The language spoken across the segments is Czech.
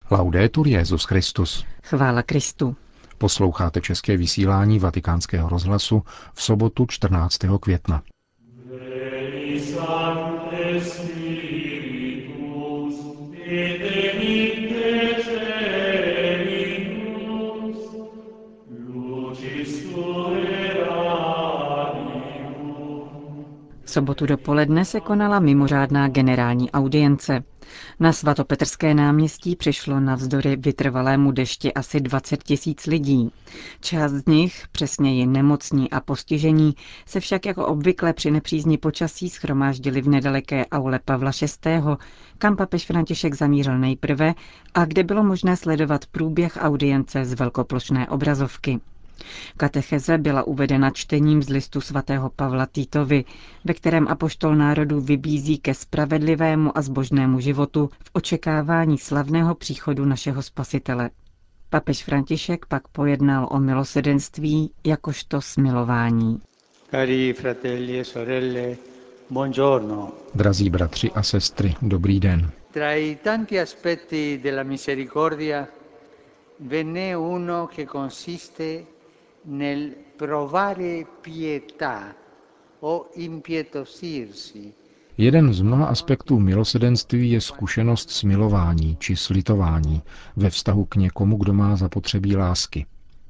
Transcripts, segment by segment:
Laudetur Jesus Christus. Chvála Kristu. Posloucháte české vysílání Vatikánského rozhlasu v sobotu 14. května. V sobotu dopoledne se konala mimořádná generální audience. Na svatopetrské náměstí přišlo navzdory vytrvalému dešti asi 20 000 lidí. Část z nich, přesněji nemocní a postižení, se však jako obvykle při nepřízni počasí shromáždili v nedaleké aule Pavla VI., kam papež František zamířil nejprve a kde bylo možné sledovat průběh audience z velkoplošné obrazovky. Katecheze byla uvedena čtením z listu svatého Pavla Titovi, ve kterém apoštol národu vybízí ke spravedlivému a zbožnému životu v očekávání slavného příchodu našeho Spasitele. Papež František pak pojednal o milosrdenství jakožto smilování. Cari fratelli e sorelle, buongiorno. Drazí bratři a sestry, dobrý den. Tra i tanti aspetti della misericordia ve n'è uno che consiste nel provare pietà o impietosirsi. Jeden z mnoha aspektů milosrdenství je zkušenost smilování či slitování ve vztahu k někomu, kdo má zapotřebí lásky.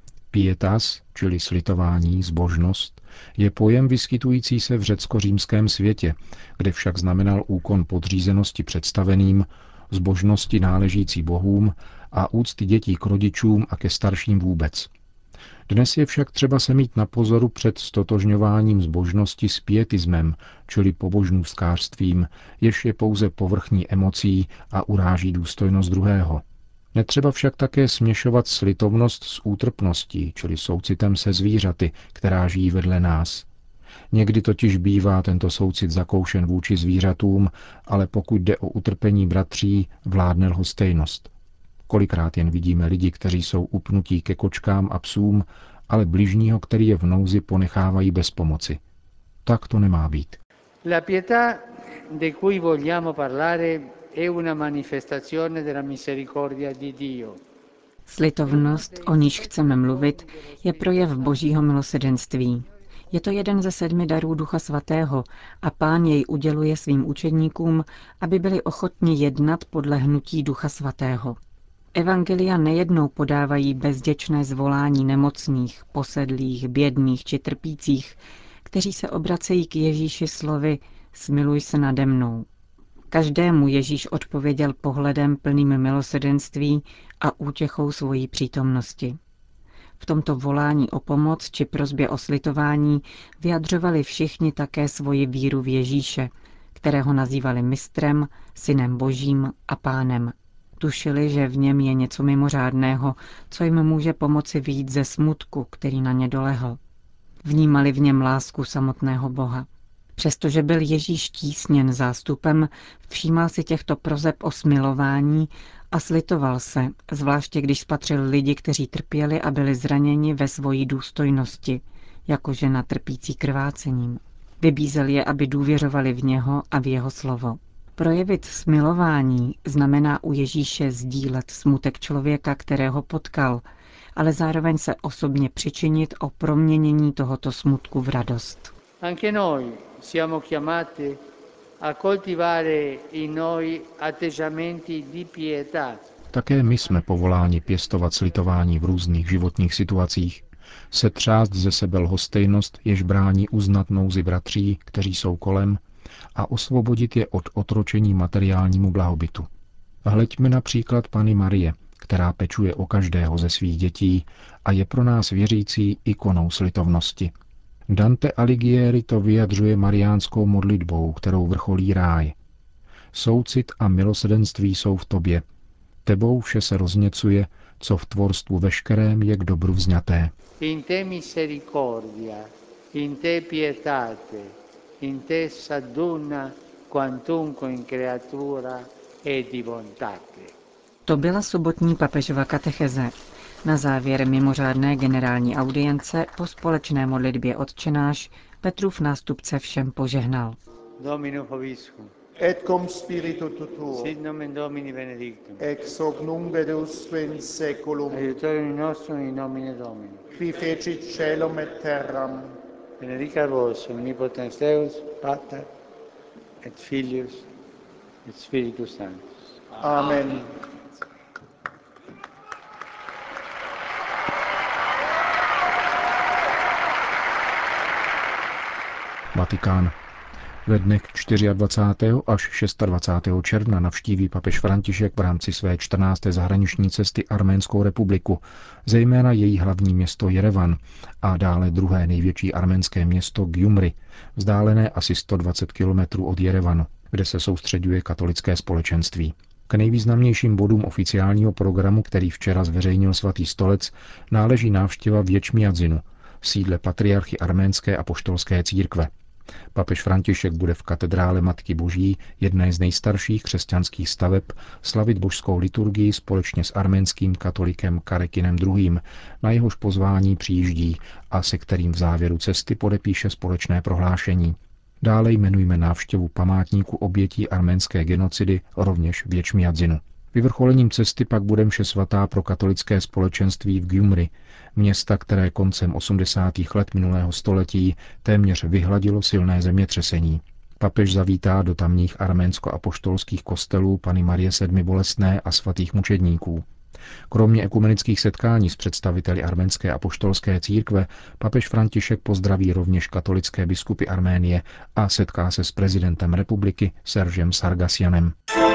Pietas, čili slitování, zbožnost, je pojem vyskytující se v řecko-římském světě, kde však znamenal úkon podřízenosti představeným, zbožnosti náležící bohům a úcty dětí k rodičům a ke starším vůbec. Dnes je však třeba se mít na pozoru před stotožňováním zbožnosti s pietismem, čili pobožnůstkářstvím, jež je pouze povrchní emocí a uráží důstojnost druhého. Netřeba však také směšovat slitovnost s útrpností, čili soucitem se zvířaty, která žijí vedle nás. Někdy totiž bývá tento soucit zakoušen vůči zvířatům, ale pokud jde o utrpení bratří, vládne lhostejnost. Kolikrát jen vidíme lidi, kteří jsou upnutí ke kočkám a psům, ale bližního, který je v nouzi, ponechávají bez pomoci. Tak to nemá být. La pietà di cui vogliamo parlare è una manifestazione della misericordia di Dio. Slitovnost, o níž chceme mluvit, je projev božího milosrdenství. Je to jeden ze 7 darů Ducha Svatého a Pán jej uděluje svým učedníkům, aby byli ochotni jednat podle hnutí Ducha Svatého. Evangelia nejednou podávají bezděčné zvolání nemocných, posedlých, bědných či trpících, kteří se obracejí k Ježíši slovy smiluj se nade mnou. Každému Ježíš odpověděl pohledem plným milosrdenství a útěchou svojí přítomnosti. V tomto volání o pomoc či prosbě o slitování vyjadřovali všichni také svoji víru v Ježíše, kterého nazývali mistrem, synem božím a pánem. Tušili, že v něm je něco mimořádného, co jim může pomoci vyjít ze smutku, který na ně dolehl. Vnímali v něm lásku samotného Boha. Přestože byl Ježíš tísněn zástupem, všímal si těchto proseb o smilování a slitoval se, zvláště když spatřil lidi, kteří trpěli a byli zraněni ve svojí důstojnosti, jako žena trpící krvácením. Vybízel je, aby důvěřovali v něho a v jeho slovo. Projevit smilování znamená u Ježíše sdílet smutek člověka, kterého potkal, ale zároveň se osobně přičinit o proměnění tohoto smutku v radost. Anche noi siamo chiamati a coltivare in noi atteggiamenti di pietà. Také my jsme povoláni pěstovat slitování v různých životních situacích, setřást ze sebe lhostejnost, jež brání uznat nouzi bratří, kteří jsou kolem, a osvobodit je od otročení materiálnímu blahobytu. Hleďme například Panny Marie, která pečuje o každého ze svých dětí a je pro nás věřící ikonou slitovnosti. Dante Alighieri to vyjadřuje mariánskou modlitbou, kterou vrcholí ráj. Soucit a milosrdenství jsou v tobě. Tebou vše se rozněcuje, co v tvorstvu veškerém je k dobru vzňaté. In te misericordia, in te pietate, in te s'adduna quantunque in creatura e di bontate. To byla sobotní papežova katecheze. Na závěr mimořádné generální audience po společné modlitbě Otčenáš Petrův nástupce všem požehnal. Domino vobiscum. et cum spiritu tuo, sit nomen Domini benedictum, ex hoc nunc et usque in saeculum, aiutorium nostrum in nomine Domini. qui fecit caelum et terram, Benedicat vos omnipotens Deus, Pater et Filius et Spiritus Sanctus. Amen. Vatikán. Ve dnech 24. až 26. června navštíví papež František v rámci své 14. zahraniční cesty Arménskou republiku, zejména její hlavní město Jerevan a dále druhé největší arménské město Gjumri, vzdálené asi 120 kilometrů od Jerevanu, kde se soustřeďuje katolické společenství. K nejvýznamnějším bodům oficiálního programu, který včera zveřejnil Svatý stolec, náleží návštěva v Ječmiadzinu, sídle patriarchy arménské apoštolské církve. Papež František bude v katedrále Matky Boží, jedné z nejstarších křesťanských staveb, slavit božskou liturgii společně s arménským katolikem Karekinem II., na jehož pozvání přijíždí a se kterým v závěru cesty podepíše společné prohlášení. Dále jmenujme návštěvu památníku obětí arménské genocidy rovněž v Ječmiadzinu. Vyvrcholením cesty pak bude mše svatá pro katolické společenství v Gjumri, města, které koncem 80. let minulého století téměř vyhladilo silné zemětřesení. Papež zavítá do tamních arménsko-apoštolských kostelů Panny Marie Sedmi bolestné a svatých mučedníků. Kromě ekumenických setkání s představiteli arménské apoštolské církve papež František pozdraví rovněž katolické biskupy Arménie a setká se s prezidentem republiky Sergem Sargsjanem.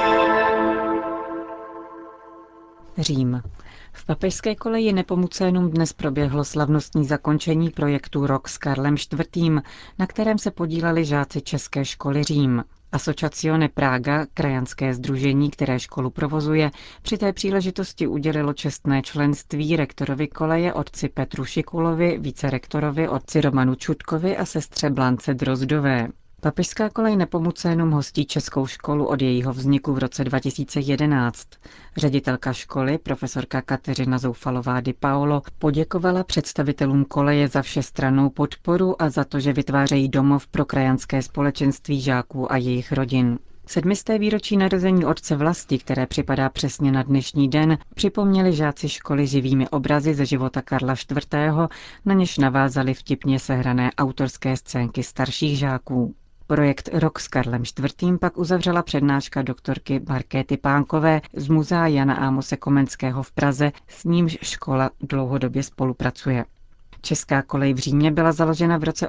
Řím. V papežské koleji Nepomucénum dnes proběhlo slavnostní zakončení projektu Rok s Karlem IV., na kterém se podíleli žáci České školy Řím. Associazione Praga, krajanské sdružení, které školu provozuje, při té příležitosti udělilo čestné členství rektorovi koleje otci Petru Šikulovi, vicerektorovi otci Romanu Čutkovi a sestře Blance Drozdové. Papežská kolej Nepomucénum hostí českou školu od jejího vzniku v roce 2011. Ředitelka školy, profesorka Kateřina Zoufalová Di Paolo, poděkovala představitelům koleje za všestrannou podporu a za to, že vytvářejí domov pro krajanské společenství žáků a jejich rodin. 700. výročí narození otce Vlasti, které připadá přesně na dnešní den, připomněli žáci školy živými obrazy ze života Karla IV., na něž navázali vtipně sehrané autorské scénky starších žáků. Projekt Rok s Karlem IV. Pak uzavřela přednáška doktorky Markéty Pánkové z Muzea Jana Ámose Komenského v Praze, s nímž škola dlouhodobě spolupracuje. Česká kolej v Římě byla založena v roce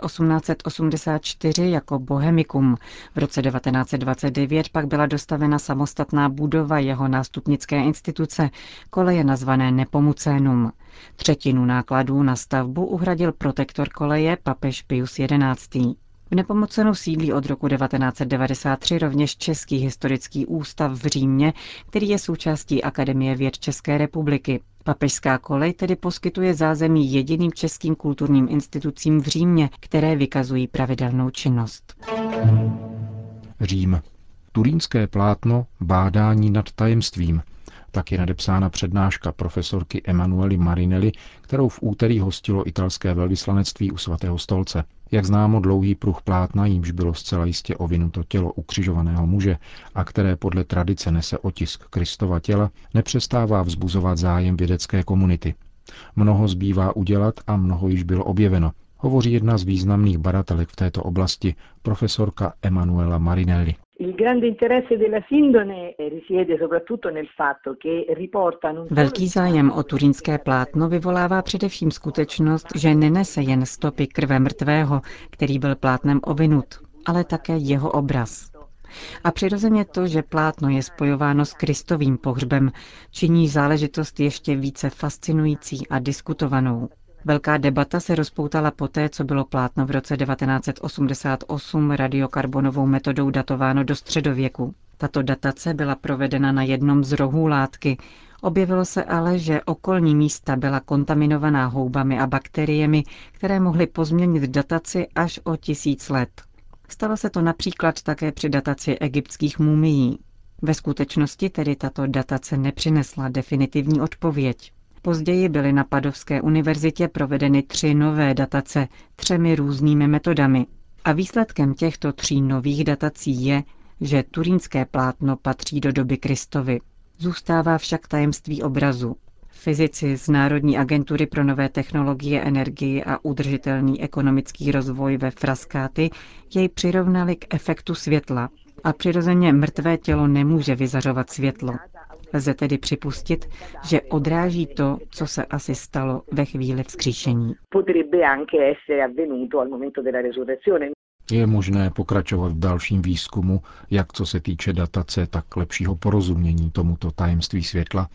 1884 jako Bohemicum. V roce 1929 pak byla dostavena samostatná budova jeho nástupnické instituce, koleje nazvané Nepomucénum. Třetinu nákladů na stavbu uhradil protektor koleje papež Pius XI. V Nepomucenu sídlí od roku 1993 rovněž Český historický ústav v Římě, který je součástí Akademie věd České republiky. Papežská kolej tedy poskytuje zázemí jediným českým kulturním institucím v Římě, které vykazují pravidelnou činnost. Řím. Turínské plátno Bádání nad tajemstvím. Tak je nadepsána přednáška profesorky Emanuely Marinelli, kterou v úterý hostilo italské velvyslanectví u Svatého stolce. Jak známo, dlouhý pruh plátna, jímž bylo zcela jistě ovinuto tělo ukřižovaného muže a které podle tradice nese otisk Kristova těla, nepřestává vzbuzovat zájem vědecké komunity. Mnoho zbývá udělat a mnoho již bylo objeveno, hovoří jedna z významných badatelek v této oblasti, profesorka Emanuela Marinelli. Velký zájem o turínské plátno vyvolává především skutečnost, že nenese jen stopy krve mrtvého, který byl plátnem ovinut, ale také jeho obraz. A přirozeně to, že plátno je spojováno s Kristovým pohřbem, činí záležitost ještě více fascinující a diskutovanou. Velká debata se rozpoutala poté, co bylo plátno v roce 1988 radiokarbonovou metodou datováno do středověku. Tato datace byla provedena na jednom z rohů látky. Objevilo se ale, že okolní místa byla kontaminovaná houbami a bakteriemi, které mohly pozměnit dataci až o 1000 let. Stalo se to například také při dataci egyptských mumií. Ve skutečnosti tedy tato datace nepřinesla definitivní odpověď. Později byly na Padovské univerzitě provedeny 3 nové datace 3 různými metodami. A výsledkem těchto 3 nových datací je, že turínské plátno patří do doby Kristovy. Zůstává však tajemství obrazu. Fyzici z Národní agentury pro nové technologie, energii a udržitelný ekonomický rozvoj ve Frascati jej přirovnali k efektu světla. A přirozeně mrtvé tělo nemůže vyzařovat světlo. Lze tedy připustit, že odráží to, co se asi stalo ve chvíli vzkříšení. Je možné pokračovat v dalším výzkumu, jak co se týče datace, tak lepšího porozumění tomuto tajemství světla?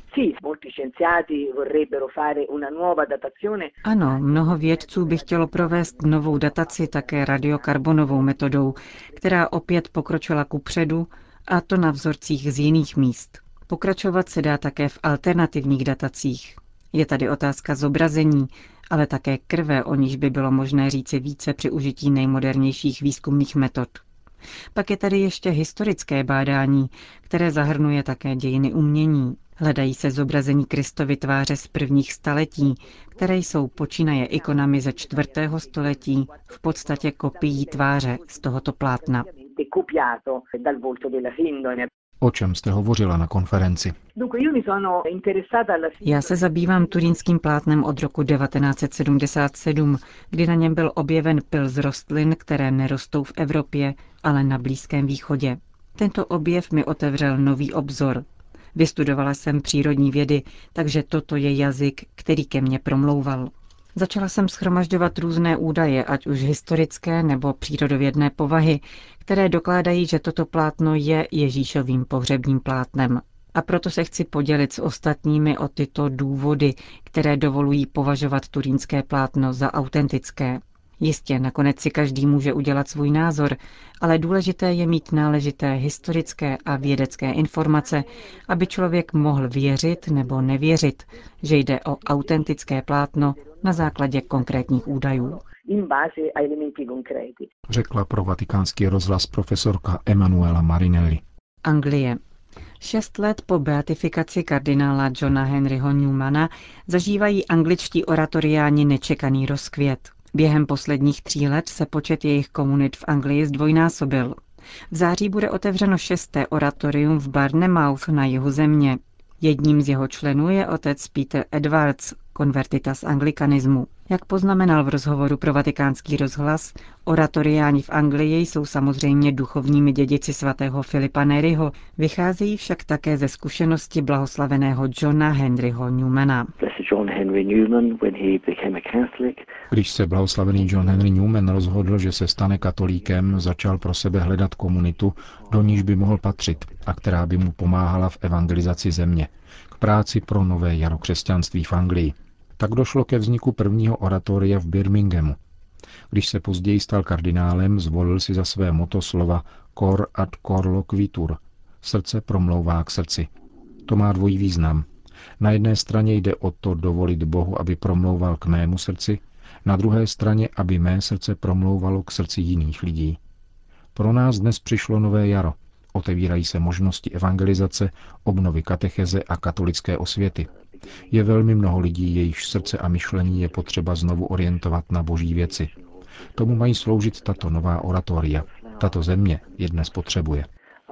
Ano, mnoho vědců by chtělo provést novou dataci také radiokarbonovou metodou, která opět pokročila kupředu, a to na vzorcích z jiných míst. Pokračovat se dá také v alternativních datacích. Je tady otázka zobrazení, ale také krve, o níž by bylo možné říci více při užití nejmodernějších výzkumných metod. Pak je tady ještě historické bádání, které zahrnuje také dějiny umění. Hledají se zobrazení Kristovy tváře z prvních staletí, které jsou počínaje ikonami ze 4. století, v podstatě kopií tváře z tohoto plátna. O čem jste hovořila na konferenci? Já se zabývám turínským plátnem od roku 1977, kdy na něm byl objeven pyl z rostlin, které nerostou v Evropě, ale na Blízkém východě. Tento objev mi otevřel nový obzor. Vystudovala jsem přírodní vědy, takže toto je jazyk, který ke mně promlouval. Začala jsem shromažďovat různé údaje, ať už historické nebo přírodovědné povahy, které dokládají, že toto plátno je Ježíšovým pohřebním plátnem. A proto se chci podělit s ostatními o tyto důvody, které dovolují považovat turínské plátno za autentické. Jistě, nakonec si každý může udělat svůj názor, ale důležité je mít náležité historické a vědecké informace, aby člověk mohl věřit nebo nevěřit, že jde o autentické plátno na základě konkrétních údajů. Řekla pro Vatikánský rozhlas profesorka Emanuela Marinelli. Anglie. 6 let po beatifikaci kardinála Johna Henryho Newmana zažívají angličtí oratoriáni nečekaný rozkvět. Během posledních 3 let se počet jejich komunit v Anglii zdvojnásobil. V září bude otevřeno 6. oratorium v Bournemouth na jihu země. Jedním z jeho členů je otec Peter Edwards, konvertita z anglikanismu. Jak poznamenal v rozhovoru pro Vatikánský rozhlas, oratoriáni v Anglii jsou samozřejmě duchovními dědici svatého Filipa Neriho, vycházejí však také ze zkušenosti blahoslaveného Johna Henryho Newmana. Když se blahoslavený John Henry Newman rozhodl, že se stane katolíkem, začal pro sebe hledat komunitu, do níž by mohl patřit a která by mu pomáhala v evangelizaci země, k práci pro nové jaro křesťanství v Anglii. Tak došlo ke vzniku prvního oratoria v Birminghamu. Když se později stal kardinálem, zvolil si za své motto slova cor ad cor loquitur, srdce promlouvá k srdci. To má dvojí význam. Na jedné straně jde o to dovolit Bohu, aby promlouval k mému srdci, na druhé straně, aby mé srdce promlouvalo k srdci jiných lidí. Pro nás dnes přišlo nové jaro. Otevírají se možnosti evangelizace, obnovy katecheze a katolické osvěty. Je velmi mnoho lidí, jejichž srdce a myšlení je potřeba znovu orientovat na boží věci. Tomu mají sloužit tato nová oratoria. Tato země je dnes potřebuje.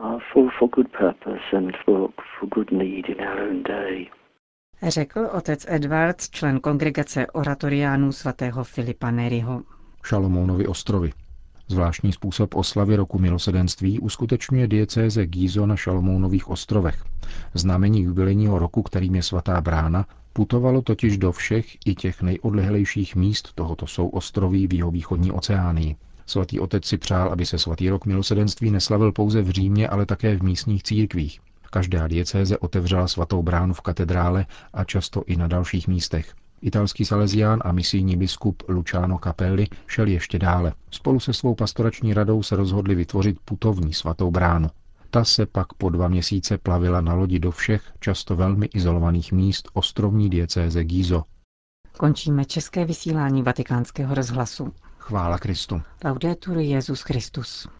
Řekl otec Edwards, člen kongregace oratoriánů svatého Filipa Neriho. Šalomounovy ostrovy. Zvláštní způsob oslavy roku milosedenství uskutečňuje diecéze Gizo na Šalomounových ostrovech. Znamení jubilejního roku, kterým je svatá brána, putovalo totiž do všech i těch nejodlehlejších míst tohoto souostroví v jihovýchodní Oceánii. Svatý otec si přál, aby se svatý rok milosedenství neslavil pouze v Římě, ale také v místních církvích. Každá diecéze otevřela svatou bránu v katedrále a často i na dalších místech. Italský salezián a misijní biskup Luciano Capelli šel ještě dále. Spolu se svou pastorační radou se rozhodli vytvořit putovní svatou bránu. Ta se pak po 2 měsíce plavila na lodi do všech, často velmi izolovaných míst ostrovní diecéze Gizo. Končíme české vysílání Vatikánského rozhlasu. Chvála Kristu. Laudetur Jesus Christus.